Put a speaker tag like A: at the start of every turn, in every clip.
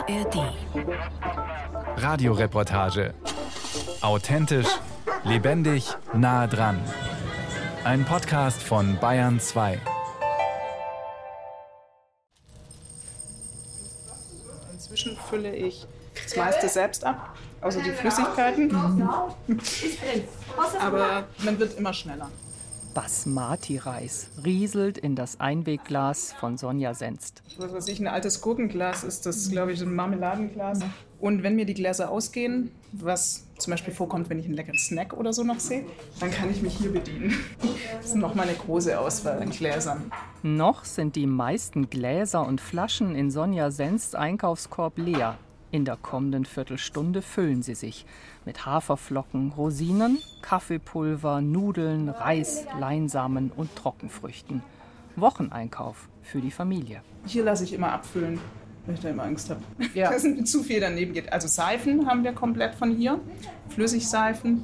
A: ARD.
B: Radioreportage. Authentisch, lebendig, nah dran. Ein Podcast von Bayern 2.
C: Inzwischen fülle ich das meiste selbst ab, außer die Flüssigkeiten. Aber man wird immer schneller.
D: Basmati-Reis rieselt in das Einwegglas von Sonja Senst.
C: Was weiß ich, ein altes Gurkenglas ist das, glaube ich, ein Marmeladenglas. Und wenn mir die Gläser ausgehen, was zum Beispiel vorkommt, wenn ich einen leckeren Snack oder so noch sehe, dann kann ich mich hier bedienen. Das ist nochmal eine große Auswahl an Gläsern.
D: Noch sind die meisten Gläser und Flaschen in Sonja Sensts Einkaufskorb leer. In der kommenden Viertelstunde füllen sie sich mit Haferflocken, Rosinen, Kaffeepulver, Nudeln, Reis, Leinsamen und Trockenfrüchten. Wocheneinkauf für die Familie.
C: Hier lasse ich immer abfüllen, weil ich da immer Angst habe, dass zu viel daneben geht. Also Seifen haben wir komplett von hier, Flüssigseifen.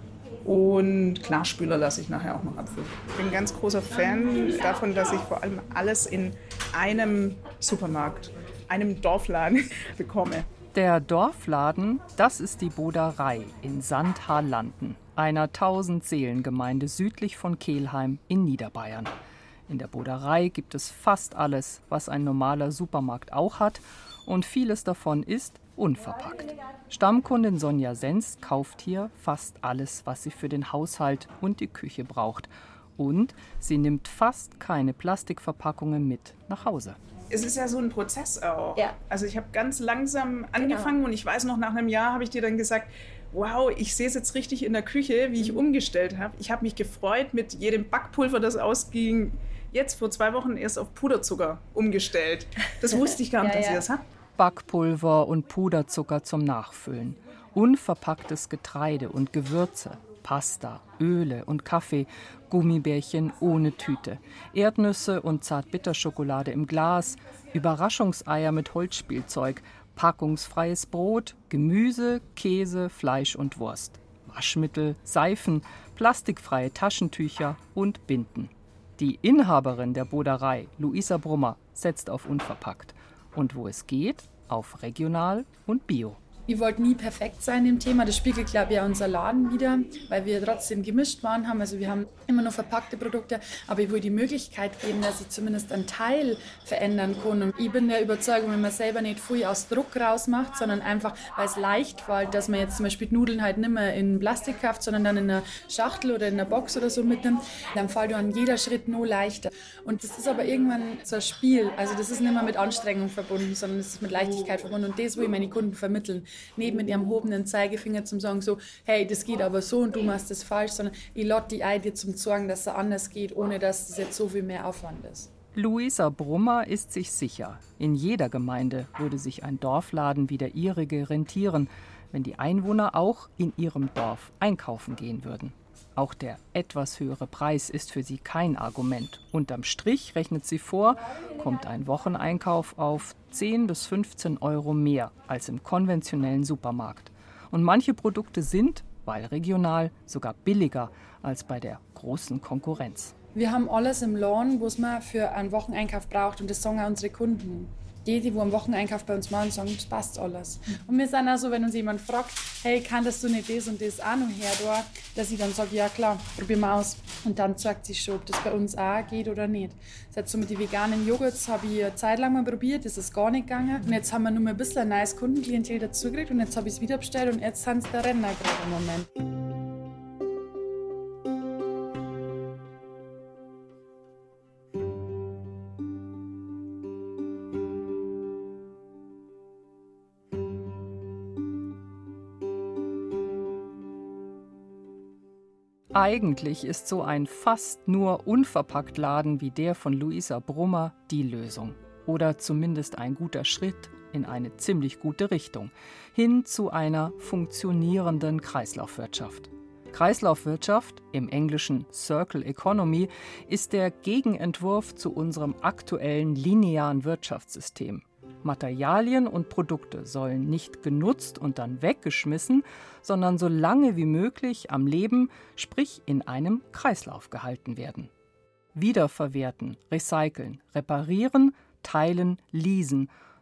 C: Und Klarspüler lasse ich nachher auch noch abfüllen. Ich bin ein ganz großer Fan davon, dass ich vor allem alles in einem Supermarkt, einem Dorfladen bekomme.
D: Der Dorfladen, das ist die Boderei in Sandharlanden, einer 1000-Seelen-Gemeinde südlich von Kelheim in Niederbayern. In der Boderei gibt es fast alles, was ein normaler Supermarkt auch hat, und vieles davon ist unverpackt. Stammkundin Sonja Senst kauft hier fast alles, was sie für den Haushalt und die Küche braucht. Und sie nimmt fast keine Plastikverpackungen mit nach Hause.
C: Es ist ja so ein Prozess auch.
E: Ja.
C: Also ich habe ganz langsam angefangen und ich weiß noch, nach einem Jahr habe ich dir dann gesagt, wow, ich sehe es jetzt richtig in der Küche, wie ich umgestellt habe. Ich habe mich gefreut mit jedem Backpulver, das ausging. Jetzt vor 2 Wochen erst auf Puderzucker umgestellt. Das wusste ich gar nicht, dass ihr das habt.
D: Backpulver und Puderzucker zum Nachfüllen, unverpacktes Getreide und Gewürze, Pasta, Öle und Kaffee, Gummibärchen ohne Tüte, Erdnüsse und Zartbitterschokolade im Glas, Überraschungseier mit Holzspielzeug, packungsfreies Brot, Gemüse, Käse, Fleisch und Wurst, Waschmittel, Seifen, plastikfreie Taschentücher und Binden. Die Inhaberin der Boderei, Luisa Brummer, setzt auf unverpackt. Und wo es geht, auf regional und bio.
E: Ich wollte nie perfekt sein im Thema. Das spiegelt, glaube ich, auch unser Laden wieder, weil wir trotzdem gemischt Waren haben. Also wir haben immer noch verpackte Produkte, aber ich will die Möglichkeit geben, dass ich zumindest einen Teil verändern kann. Und ich bin der Überzeugung, wenn man selber nicht viel aus Druck rausmacht, sondern einfach, weil es leicht fällt, dass man jetzt zum Beispiel Nudeln halt nicht mehr in Plastik kauft, sondern dann in einer Schachtel oder in einer Box oder so mitnimmt, dann fällt an jeder Schritt nur leichter. Und das ist aber irgendwann so ein Spiel. Also das ist nicht mehr mit Anstrengung verbunden, sondern es ist mit Leichtigkeit verbunden. Und das will ich meine Kunden vermitteln. Nicht mit ihrem erhobenen Zeigefinger zum sagen so, hey, das geht aber so und du machst das falsch, sondern ich lade die ein, dir zum Sagen, dass es anders geht, ohne dass das jetzt so viel mehr Aufwand ist.
D: Luisa Brummer ist sich sicher, in jeder Gemeinde würde sich ein Dorfladen wie der ihrige rentieren, wenn die Einwohner auch in ihrem Dorf einkaufen gehen würden. Auch der etwas höhere Preis ist für sie kein Argument. Unterm Strich, rechnet sie vor, kommt ein Wocheneinkauf auf 10 bis 15 Euro mehr als im konventionellen Supermarkt. Und manche Produkte sind, weil regional, sogar billiger als bei der großen Konkurrenz.
E: Wir haben alles im Laden, was man für einen Wocheneinkauf braucht und das sagen auch unsere Kunden. Die am Wocheneinkauf bei uns machen, sagen, das passt alles. Und wir sind auch so, wenn uns jemand fragt, hey, kannst du nicht das und das auch noch her, da, dass ich dann sage, ja klar, probieren wir aus. Und dann sagt sie schon, ob das bei uns auch geht oder nicht. Das heißt, so mit den veganen Joghurts habe ich eine Zeit lang mal probiert, das ist gar nicht gegangen. Und jetzt haben wir nur mal ein bisschen ein neues Kundenklientel dazugekriegt und jetzt habe ich es wieder bestellt und jetzt sind es der Renner gerade im Moment.
D: Eigentlich ist so ein fast nur unverpackt Laden wie der von Luisa Brummer die Lösung. Oder zumindest ein guter Schritt in eine ziemlich gute Richtung. Hin zu einer funktionierenden Kreislaufwirtschaft. Kreislaufwirtschaft, im Englischen Circle Economy, ist der Gegenentwurf zu unserem aktuellen linearen Wirtschaftssystem. Materialien und Produkte sollen nicht genutzt und dann weggeschmissen, sondern so lange wie möglich am Leben, sprich in einem Kreislauf gehalten werden. Wiederverwerten, recyceln, reparieren, teilen, leasen.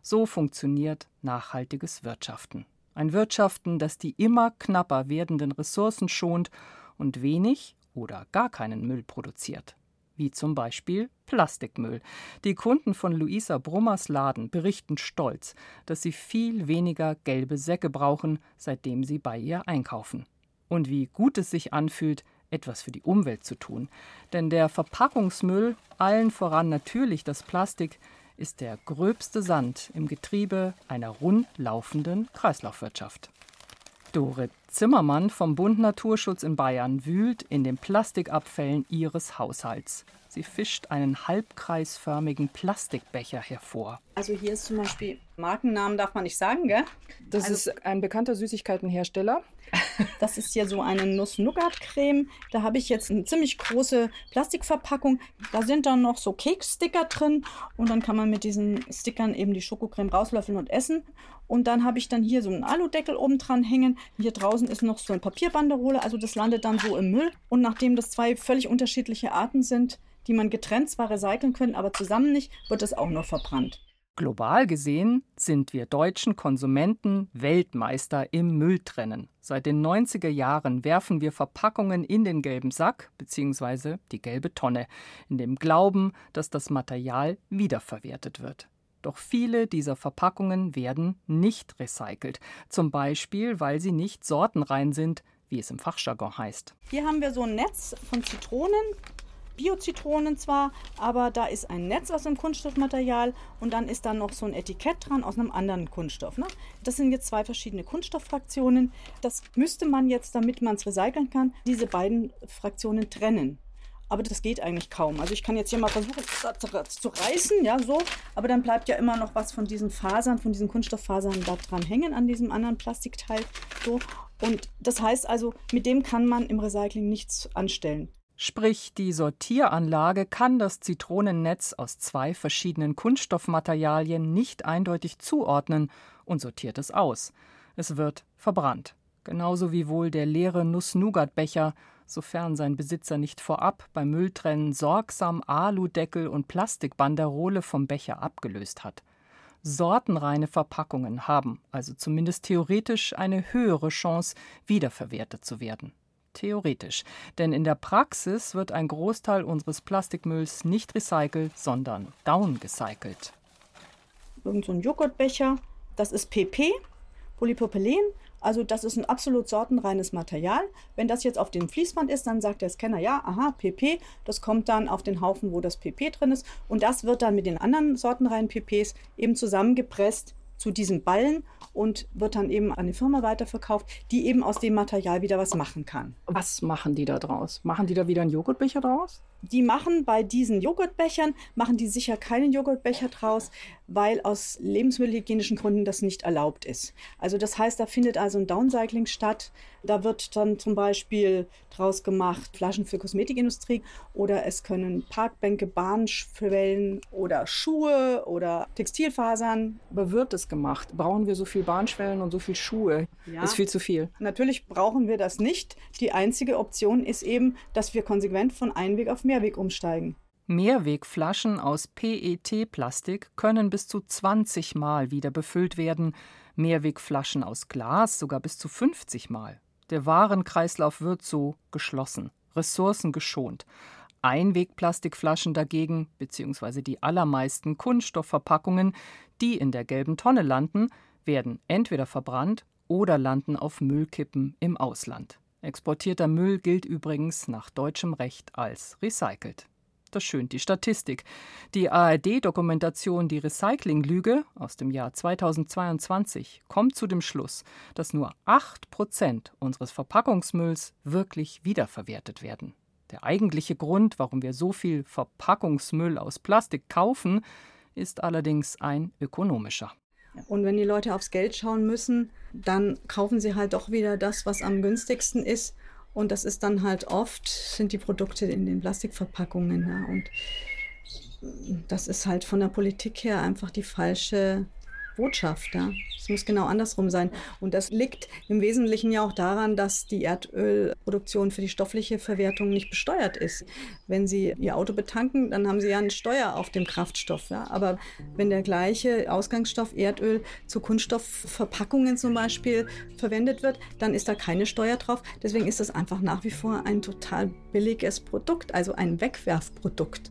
D: So funktioniert nachhaltiges Wirtschaften. Ein Wirtschaften, das die immer knapper werdenden Ressourcen schont und wenig oder gar keinen Müll produziert. Wie zum Beispiel Plastikmüll. Die Kunden von Luisa Brummers Laden berichten stolz, dass sie viel weniger gelbe Säcke brauchen, seitdem sie bei ihr einkaufen. Und wie gut es sich anfühlt, etwas für die Umwelt zu tun. Denn der Verpackungsmüll, allen voran natürlich das Plastik, ist der gröbste Sand im Getriebe einer rundlaufenden Kreislaufwirtschaft. Dorit Zimmermann vom Bund Naturschutz in Bayern wühlt in den Plastikabfällen ihres Haushalts. Sie fischt einen halbkreisförmigen Plastikbecher hervor.
A: Also hier ist zum Beispiel, Markennamen darf man nicht sagen, gell?
D: Das ist ein bekannter Süßigkeitenhersteller.
A: Das ist hier so eine Nuss-Nougat-Creme. Da habe ich jetzt eine ziemlich große Plastikverpackung. Da sind dann noch so Kekssticker drin und dann kann man mit diesen Stickern eben die Schokocreme rauslöffeln und essen. Und dann habe ich dann hier so einen Aludeckel oben dran hängen. Hier draußen ist noch so eine Papierbanderole, also das landet dann so im Müll. Und nachdem das 2 völlig unterschiedliche Arten sind, die man getrennt zwar recyceln können, aber zusammen nicht, wird es auch noch verbrannt.
D: Global gesehen sind wir deutschen Konsumenten Weltmeister im Mülltrennen. Seit den 90er Jahren werfen wir Verpackungen in den gelben Sack bzw. die gelbe Tonne, in dem Glauben, dass das Material wiederverwertet wird. Doch viele dieser Verpackungen werden nicht recycelt, zum Beispiel, weil sie nicht sortenrein sind, wie es im Fachjargon heißt.
A: Hier haben wir so ein Netz von Zitronen. Bio-Zitronen zwar, aber da ist ein Netz aus einem Kunststoffmaterial und dann ist da noch so ein Etikett dran aus einem anderen Kunststoff. Ne? Das sind jetzt 2 verschiedene Kunststofffraktionen. Das müsste man jetzt, damit man es recyceln kann, diese beiden Fraktionen trennen. Aber das geht eigentlich kaum. Also ich kann jetzt hier mal versuchen zu reißen, ja so, aber dann bleibt ja immer noch was von diesen Fasern, von diesen Kunststofffasern da dran hängen an diesem anderen Plastikteil. So. Und das heißt also, mit dem kann man im Recycling nichts anstellen.
D: Sprich, die Sortieranlage kann das Zitronennetz aus 2 verschiedenen Kunststoffmaterialien nicht eindeutig zuordnen und sortiert es aus. Es wird verbrannt. Genauso wie wohl der leere Nuss-Nougat-Becher, sofern sein Besitzer nicht vorab beim Mülltrennen sorgsam Aludeckel und Plastikbanderole vom Becher abgelöst hat. Sortenreine Verpackungen haben also zumindest theoretisch eine höhere Chance, wiederverwertet zu werden. Theoretisch, denn in der Praxis wird ein Großteil unseres Plastikmülls nicht recycelt, sondern downgecycelt.
A: Irgend so ein Joghurtbecher, das ist PP, Polypropylen, also das ist ein absolut sortenreines Material. Wenn das jetzt auf dem Fließband ist, dann sagt der Scanner, ja, aha, PP, das kommt dann auf den Haufen, wo das PP drin ist und das wird dann mit den anderen sortenreinen PPs eben zusammengepresst zu diesen Ballen und wird dann eben an eine Firma weiterverkauft, die eben aus dem Material wieder was machen kann.
D: Was machen die da draus? Machen die da wieder einen Joghurtbecher draus?
A: Die machen bei diesen Joghurtbechern, machen die sicher keinen Joghurtbecher draus, weil aus lebensmittelhygienischen Gründen das nicht erlaubt ist. Also das heißt, da findet also ein Downcycling statt. Da wird dann zum Beispiel draus gemacht Flaschen für Kosmetikindustrie oder es können Parkbänke, Bahnschwellen oder Schuhe oder Textilfasern.
D: Aber wird es gemacht? Brauchen wir so viel Bahnschwellen und so viel Schuhe?
A: Ja,
D: ist viel zu viel.
A: Natürlich brauchen wir das nicht. Die einzige Option ist eben, dass wir konsequent von Einweg auf Mehrweg umsteigen.
D: Mehrwegflaschen aus PET-Plastik können bis zu 20 Mal wieder befüllt werden, Mehrwegflaschen aus Glas sogar bis zu 50 Mal. Der Warenkreislauf wird so geschlossen, Ressourcen geschont. Einwegplastikflaschen dagegen, beziehungsweise die allermeisten Kunststoffverpackungen, die in der gelben Tonne landen, werden entweder verbrannt oder landen auf Müllkippen im Ausland. Exportierter Müll gilt übrigens nach deutschem Recht als recycelt. Das schönt die Statistik. Die ARD-Dokumentation Die Recyclinglüge aus dem Jahr 2022 kommt zu dem Schluss, dass nur 8% unseres Verpackungsmülls wirklich wiederverwertet werden. Der eigentliche Grund, warum wir so viel Verpackungsmüll aus Plastik kaufen, ist allerdings ein ökonomischer.
A: Und wenn die Leute aufs Geld schauen müssen, dann kaufen sie halt doch wieder das, was am günstigsten ist. Und das ist dann halt oft, sind die Produkte in den Plastikverpackungen. Ja. Und das ist halt von der Politik her einfach die falsche Botschaft. Ja. Es muss genau andersrum sein. Und das liegt im Wesentlichen ja auch daran, dass die Erdölproduktion für die stoffliche Verwertung nicht besteuert ist. Wenn Sie Ihr Auto betanken, dann haben Sie ja eine Steuer auf dem Kraftstoff. Ja. Aber wenn der gleiche Ausgangsstoff Erdöl zu Kunststoffverpackungen zum Beispiel verwendet wird, dann ist da keine Steuer drauf. Deswegen ist das einfach nach wie vor ein total billiges Produkt, also ein Wegwerfprodukt.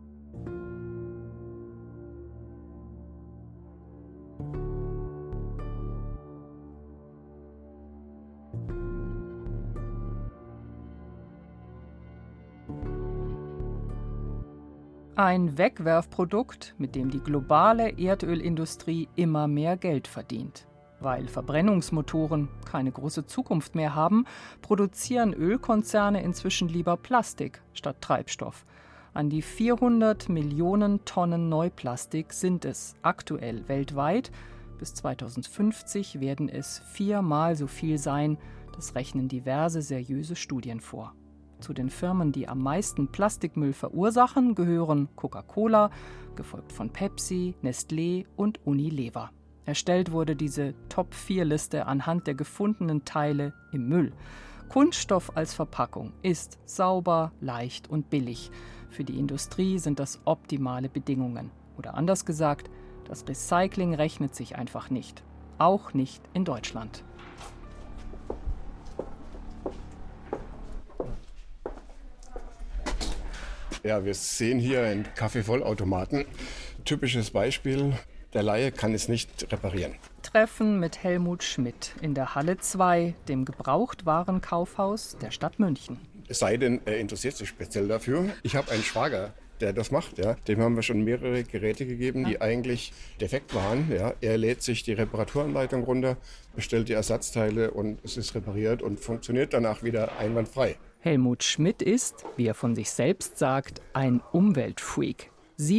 D: Ein Wegwerfprodukt, mit dem die globale Erdölindustrie immer mehr Geld verdient. Weil Verbrennungsmotoren keine große Zukunft mehr haben, produzieren Ölkonzerne inzwischen lieber Plastik statt Treibstoff. An die 400 Millionen Tonnen Neuplastik sind es aktuell weltweit. Bis 2050 werden es 4-mal so viel sein. Das rechnen diverse seriöse Studien vor. Zu den Firmen, die am meisten Plastikmüll verursachen, gehören Coca-Cola, gefolgt von Pepsi, Nestlé und Unilever. Erstellt wurde diese Top-4-Liste anhand der gefundenen Teile im Müll. Kunststoff als Verpackung ist sauber, leicht und billig. Für die Industrie sind das optimale Bedingungen. Oder anders gesagt, das Recycling rechnet sich einfach nicht. Auch nicht in Deutschland.
F: Ja, wir sehen hier einen Kaffeevollautomaten. Typisches Beispiel, der Laie kann es nicht reparieren.
D: Treffen mit Helmut Schmidt in der Halle 2, dem Gebrauchtwarenkaufhaus der Stadt München.
F: Es sei denn, er interessiert sich speziell dafür. Ich habe einen Schwager, der das macht. Ja. Dem haben wir schon mehrere Geräte gegeben, die eigentlich defekt waren. Ja. Er lädt sich die Reparaturanleitung runter, bestellt die Ersatzteile und es ist repariert und funktioniert danach wieder einwandfrei.
D: Helmut Schmidt ist, wie er von sich selbst sagt, ein Umweltfreak.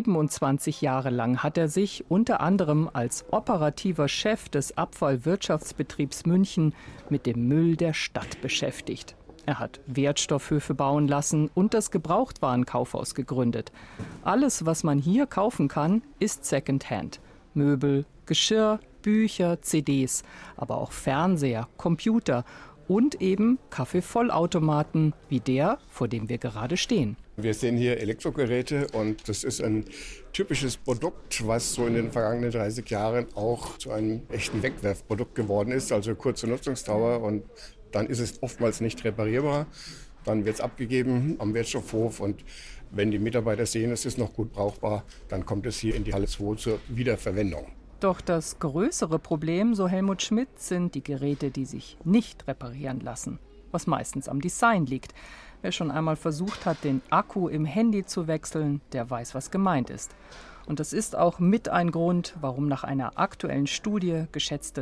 D: 27 Jahre lang hat er sich unter anderem als operativer Chef des Abfallwirtschaftsbetriebs München mit dem Müll der Stadt beschäftigt. Er hat Wertstoffhöfe bauen lassen und das Gebrauchtwarenkaufhaus gegründet. Alles, was man hier kaufen kann, ist Secondhand. Möbel, Geschirr, Bücher, CDs, aber auch Fernseher, Computer und eben Kaffeevollautomaten wie der, vor dem wir gerade stehen.
F: Wir sehen hier Elektrogeräte und das ist ein typisches Produkt, was so in den vergangenen 30 Jahren auch zu einem echten Wegwerfprodukt geworden ist, also kurze Nutzungsdauer und dann ist es oftmals nicht reparierbar. Dann wird es abgegeben am Wertstoffhof und wenn die Mitarbeiter sehen, es ist noch gut brauchbar, dann kommt es hier in die Halle 2 zur Wiederverwendung.
D: Doch das größere Problem, so Helmut Schmidt, sind die Geräte, die sich nicht reparieren lassen, was meistens am Design liegt. Wer schon einmal versucht hat, den Akku im Handy zu wechseln, der weiß, was gemeint ist. Und das ist auch mit ein Grund, warum nach einer aktuellen Studie geschätzte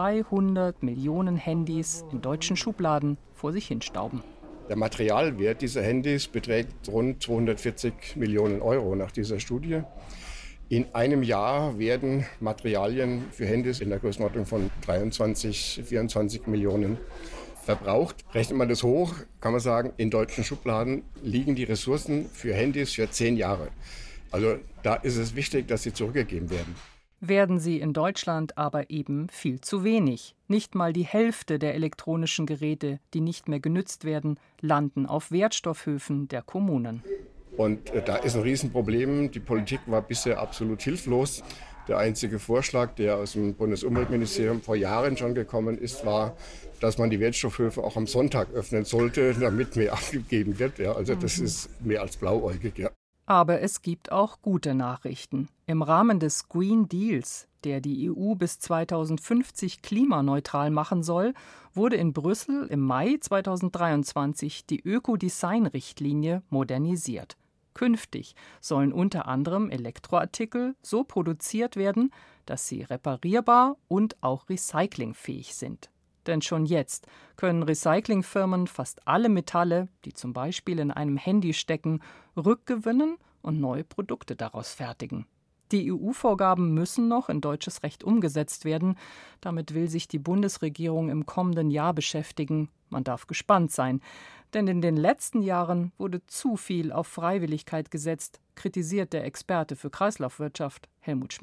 D: 200 Millionen Handys in deutschen Schubladen vor sich hinstauben.
F: Der Materialwert dieser Handys beträgt rund 240 Millionen Euro nach dieser Studie. In einem Jahr werden Materialien für Handys in der Größenordnung von 23, 24 Millionen verbraucht. Rechnet man das hoch, kann man sagen, in deutschen Schubladen liegen die Ressourcen für Handys für 10 Jahre. Also da ist es wichtig, dass sie zurückgegeben werden.
D: Werden sie in Deutschland aber eben viel zu wenig. Nicht mal die Hälfte der elektronischen Geräte, die nicht mehr genützt werden, landen auf Wertstoffhöfen der Kommunen.
F: Und da ist ein Riesenproblem. Die Politik war bisher absolut hilflos. Der einzige Vorschlag, der aus dem Bundesumweltministerium vor Jahren schon gekommen ist, war, dass man die Wertstoffhöfe auch am Sonntag öffnen sollte, damit mehr abgegeben wird. Ja, also das ist mehr als blauäugig. Ja.
D: Aber es gibt auch gute Nachrichten. Im Rahmen des Green Deals, der die EU bis 2050 klimaneutral machen soll, wurde in Brüssel im Mai 2023 die Ökodesign-Richtlinie modernisiert. Künftig sollen unter anderem Elektroartikel so produziert werden, dass sie reparierbar und auch recyclingfähig sind. Denn schon jetzt können Recyclingfirmen fast alle Metalle, die zum Beispiel in einem Handy stecken, rückgewinnen und neue Produkte daraus fertigen. Die EU-Vorgaben müssen noch in deutsches Recht umgesetzt werden. Damit will sich die Bundesregierung im kommenden Jahr beschäftigen. Man darf gespannt sein. Denn in den letzten Jahren wurde zu viel auf Freiwilligkeit gesetzt, kritisiert der Experte für Kreislaufwirtschaft Helmut Schmidt.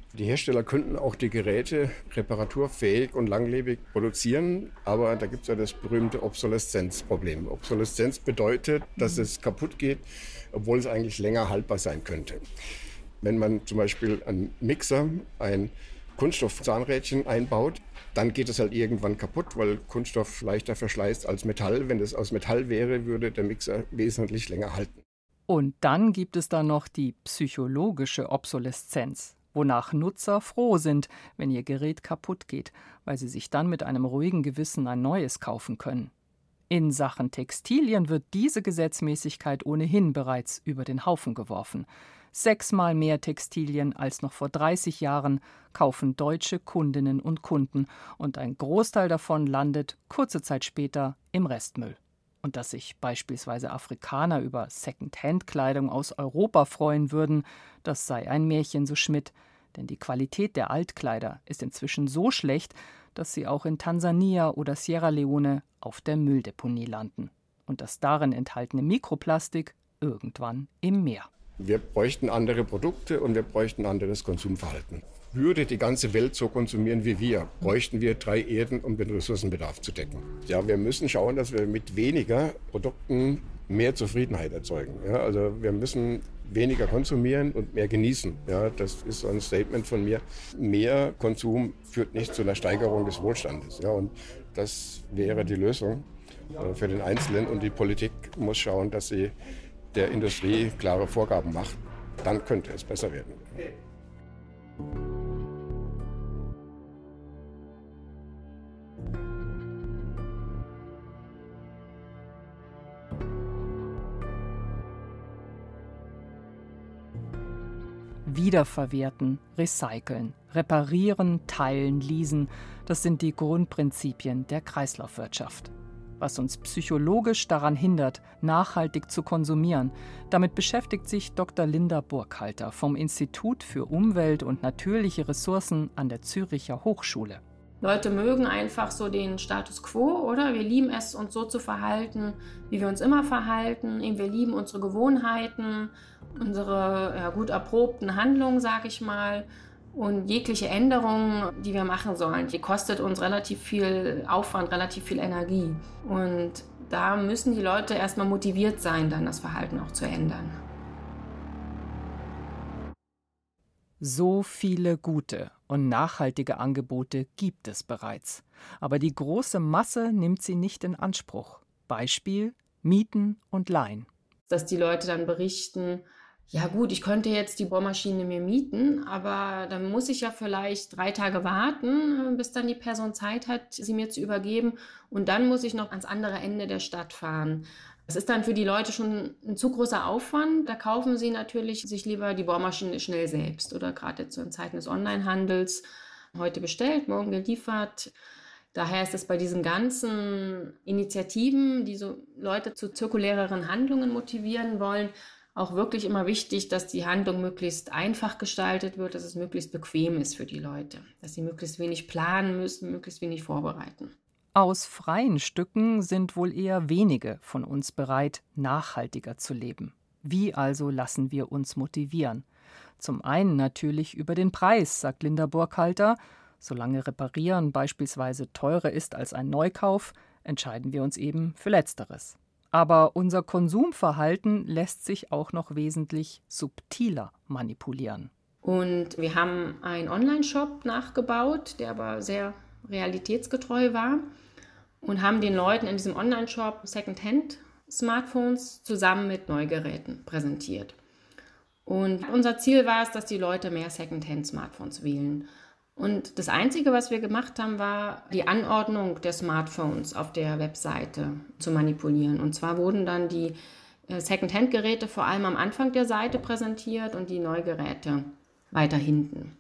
F: Die Hersteller könnten auch die Geräte reparaturfähig und langlebig produzieren, aber da gibt es ja das berühmte Obsoleszenzproblem. Obsoleszenz bedeutet, dass es kaputt geht, obwohl es eigentlich länger haltbar sein könnte. Wenn man zum Beispiel einen Mixer, ein Kunststoffzahnrädchen einbaut, dann geht es halt irgendwann kaputt, weil Kunststoff leichter verschleißt als Metall. Wenn es aus Metall wäre, würde der Mixer wesentlich länger halten.
D: Und dann gibt es da noch die psychologische Obsoleszenz, wonach Nutzer froh sind, wenn ihr Gerät kaputt geht, weil sie sich dann mit einem ruhigen Gewissen ein neues kaufen können. In Sachen Textilien wird diese Gesetzmäßigkeit ohnehin bereits über den Haufen geworfen. 6-mal mehr Textilien als noch vor 30 Jahren kaufen deutsche Kundinnen und Kunden und ein Großteil davon landet kurze Zeit später im Restmüll. Und dass sich beispielsweise Afrikaner über Second-Hand-Kleidung aus Europa freuen würden, das sei ein Märchen, so Schmidt. Denn die Qualität der Altkleider ist inzwischen so schlecht, dass sie auch in Tansania oder Sierra Leone auf der Mülldeponie landen. Und das darin enthaltene Mikroplastik irgendwann im Meer.
F: Wir bräuchten andere Produkte und wir bräuchten anderes Konsumverhalten. Würde die ganze Welt so konsumieren wie wir, bräuchten wir 3 Erden, um den Ressourcenbedarf zu decken. Ja, wir müssen schauen, dass wir mit weniger Produkten mehr Zufriedenheit erzeugen. Ja, also wir müssen weniger konsumieren und mehr genießen. Ja, das ist so ein Statement von mir. Mehr Konsum führt nicht zu einer Steigerung des Wohlstandes. Ja, und das wäre die Lösung für den Einzelnen. Und die Politik muss schauen, dass sie der Industrie klare Vorgaben macht. Dann könnte es besser werden.
D: Wiederverwerten, recyceln, reparieren, teilen, leasen, das sind die Grundprinzipien der Kreislaufwirtschaft. Was uns psychologisch daran hindert, nachhaltig zu konsumieren, damit beschäftigt sich Dr. Linda Burkhalter vom Institut für Umwelt und natürliche Ressourcen an der Züricher Hochschule.
G: Leute mögen einfach so den Status quo, oder? Wir lieben es, uns so zu verhalten, wie wir uns immer verhalten. Wir lieben unsere Gewohnheiten, unsere gut erprobten Handlungen, sag ich mal. Und jegliche Änderung, die wir machen sollen, die kostet uns relativ viel Aufwand, relativ viel Energie. Und da müssen die Leute erstmal motiviert sein, dann das Verhalten auch zu ändern.
D: So viele gute und nachhaltige Angebote gibt es bereits. Aber die große Masse nimmt sie nicht in Anspruch. Beispiel: Mieten und Leihen.
G: Dass die Leute dann berichten, ja gut, ich könnte jetzt die Bohrmaschine mir mieten, aber dann muss ich ja vielleicht 3 Tage warten, bis dann die Person Zeit hat, sie mir zu übergeben. Und dann muss ich noch ans andere Ende der Stadt fahren. Das ist dann für die Leute schon ein zu großer Aufwand. Da kaufen sie natürlich sich lieber die Bohrmaschine schnell selbst. Oder gerade jetzt so in Zeiten des Onlinehandels, heute bestellt, morgen geliefert. Daher ist es bei diesen ganzen Initiativen, die so Leute zu zirkuläreren Handlungen motivieren wollen, auch wirklich immer wichtig, dass die Handlung möglichst einfach gestaltet wird, dass es möglichst bequem ist für die Leute, dass sie möglichst wenig planen müssen, möglichst wenig vorbereiten.
D: Aus freien Stücken sind wohl eher wenige von uns bereit, nachhaltiger zu leben. Wie also lassen wir uns motivieren? Zum einen natürlich über den Preis, sagt Linda Burkhalter. Solange Reparieren beispielsweise teurer ist als ein Neukauf, entscheiden wir uns eben für Letzteres. Aber unser Konsumverhalten lässt sich auch noch wesentlich subtiler manipulieren.
G: Und wir haben einen Online-Shop nachgebaut, der aber sehr realitätsgetreu war, und haben den Leuten in diesem Online-Shop Second-Hand-Smartphones zusammen mit Neugeräten präsentiert. Und unser Ziel war es, dass die Leute mehr Second-Hand-Smartphones wählen. Und das Einzige, was wir gemacht haben, war, die Anordnung der Smartphones auf der Webseite zu manipulieren. Und zwar wurden dann die Second-Hand-Geräte vor allem am Anfang der Seite präsentiert und die Neugeräte weiter hinten.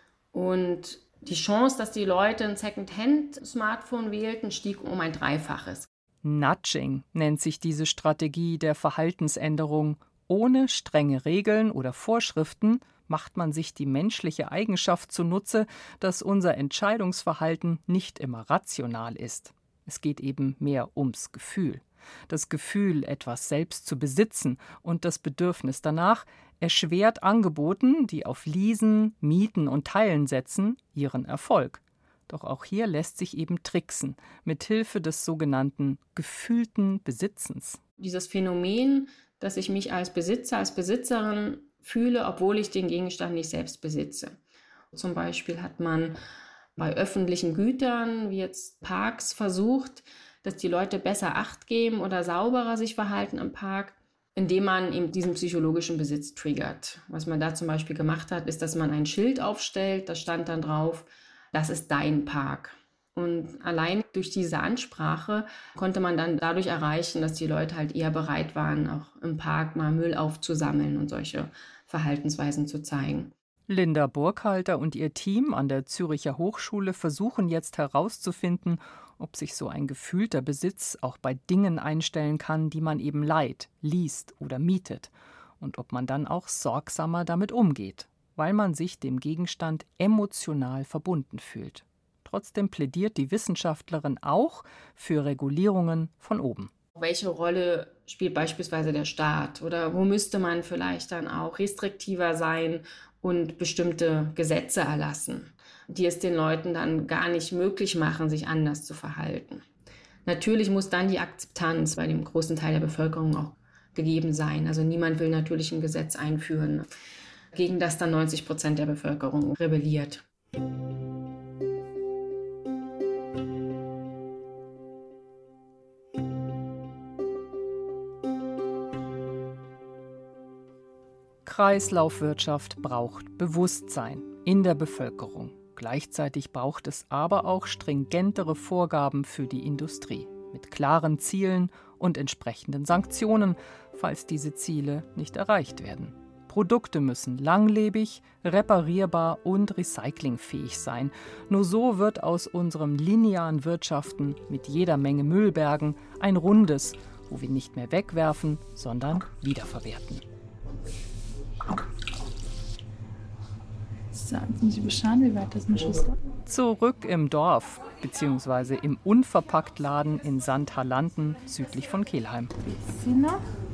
G: Und die Chance, dass die Leute ein Second-Hand-Smartphone wählten, stieg um ein 3-faches.
D: Nudging nennt sich diese Strategie der Verhaltensänderung. Ohne strenge Regeln oder Vorschriften macht man sich die menschliche Eigenschaft zunutze, dass unser Entscheidungsverhalten nicht immer rational ist. Es geht eben mehr ums Gefühl. Das Gefühl, etwas selbst zu besitzen und das Bedürfnis danach erschwert Angeboten, die auf Leasen, Mieten und Teilen setzen, ihren Erfolg. Doch auch hier lässt sich eben tricksen, mit Hilfe des sogenannten gefühlten Besitzens.
G: Dieses Phänomen, dass ich mich als Besitzer, als Besitzerin fühle, obwohl ich den Gegenstand nicht selbst besitze. Zum Beispiel hat man bei öffentlichen Gütern, wie jetzt Parks, versucht, dass die Leute besser Acht geben oder sauberer sich verhalten im Park, indem man eben diesen psychologischen Besitz triggert. Was man da zum Beispiel gemacht hat, ist, dass man ein Schild aufstellt, da stand dann drauf, das ist dein Park. Und allein durch diese Ansprache konnte man dann dadurch erreichen, dass die Leute halt eher bereit waren, auch im Park mal Müll aufzusammeln und solche Verhaltensweisen zu zeigen.
D: Linda Burkhalter und ihr Team an der Züricher Hochschule versuchen jetzt herauszufinden, ob sich so ein gefühlter Besitz auch bei Dingen einstellen kann, die man eben leiht, liest oder mietet. Und ob man dann auch sorgsamer damit umgeht, weil man sich dem Gegenstand emotional verbunden fühlt. Trotzdem plädiert die Wissenschaftlerin auch für Regulierungen von oben.
G: Welche Rolle spielt beispielsweise der Staat? Oder wo müsste man vielleicht dann auch restriktiver sein und bestimmte Gesetze erlassen, die es den Leuten dann gar nicht möglich machen, sich anders zu verhalten? Natürlich muss dann die Akzeptanz bei dem großen Teil der Bevölkerung auch gegeben sein. Also niemand will natürlich ein Gesetz einführen, gegen das dann 90% der Bevölkerung rebelliert.
D: Kreislaufwirtschaft braucht Bewusstsein in der Bevölkerung. Gleichzeitig braucht es aber auch stringentere Vorgaben für die Industrie, mit klaren Zielen und entsprechenden Sanktionen, falls diese Ziele nicht erreicht werden. Produkte müssen langlebig, reparierbar und recyclingfähig sein. Nur so wird aus unserem linearen Wirtschaften mit jeder Menge Müllbergen ein rundes, wo wir nicht mehr wegwerfen, sondern wiederverwerten.
E: Sagen Sie Bescheid, wie weit das mit Schuss?
D: Zurück im Dorf, beziehungsweise im Unverpacktladen in Sandhalanden, südlich von Kelheim.
E: Sie noch?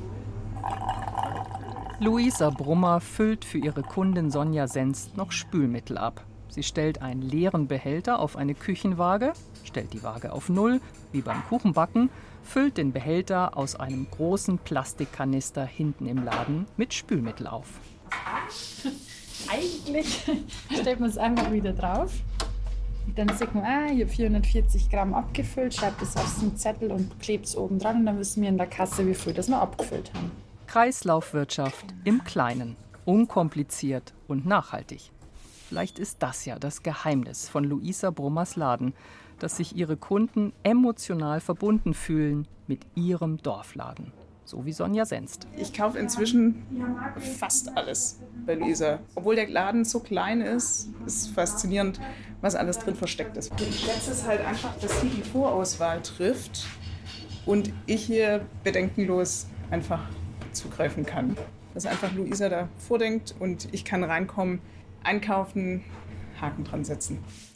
D: Luisa Brummer füllt für ihre Kundin Sonja Senst noch Spülmittel ab. Sie stellt einen leeren Behälter auf eine Küchenwaage, stellt die Waage auf 0, wie beim Kuchenbacken, füllt den Behälter aus einem großen Plastikkanister hinten im Laden mit Spülmittel auf.
E: Eigentlich stellt man es einfach wieder drauf. Dann sieht man, hier 440 Gramm abgefüllt, schreibt es auf den Zettel und klebt es oben dran und dann wissen wir in der Kasse, wie viel das wir abgefüllt haben.
D: Kreislaufwirtschaft im Kleinen, unkompliziert und nachhaltig. Vielleicht ist das ja das Geheimnis von Luisa Brummers Laden, dass sich ihre Kunden emotional verbunden fühlen mit ihrem Dorfladen. So wie Sonja Senst.
C: Ich kaufe inzwischen fast alles bei Luisa. Obwohl der Laden so klein ist, ist faszinierend, was alles drin versteckt ist. Ich schätze es halt einfach, dass sie die Vorauswahl trifft und ich hier bedenkenlos einfach zugreifen kann. Dass einfach Luisa da vordenkt und ich kann reinkommen, einkaufen, Haken dran setzen.